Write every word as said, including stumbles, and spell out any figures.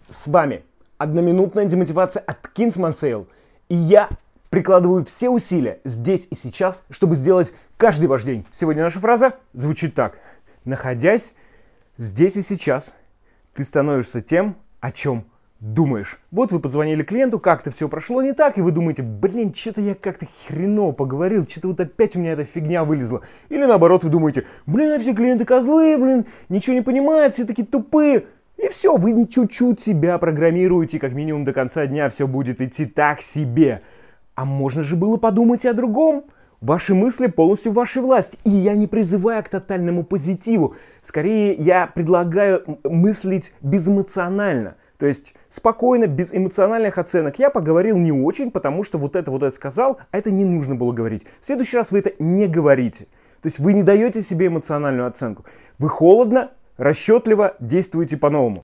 С вами одноминутная демотивация от Kingsman Sale. И я прикладываю все усилия здесь и сейчас, чтобы сделать каждый ваш день. Сегодня наша фраза звучит так. Находясь здесь и сейчас, ты становишься тем, о чем думаешь. Вот вы позвонили клиенту, как-то все прошло не так, и вы думаете, блин, что-то я как-то хреново поговорил, что-то вот опять у меня эта фигня вылезла. Или наоборот, вы думаете, блин, все клиенты козлы, блин, ничего не понимают, все такие тупые. И все, вы чуть-чуть себя программируете, как минимум до конца дня все будет идти так себе. А можно же было подумать и о другом. Ваши мысли полностью в вашей власти. И я не призываю к тотальному позитиву. Скорее, я предлагаю мыслить безэмоционально. То есть спокойно, без эмоциональных оценок. Я поговорил не очень, потому что вот это вот это сказал, а это не нужно было говорить. В следующий раз вы это не говорите. То есть вы не даете себе эмоциональную оценку. Вы холодно, расчетливо действуете по-новому.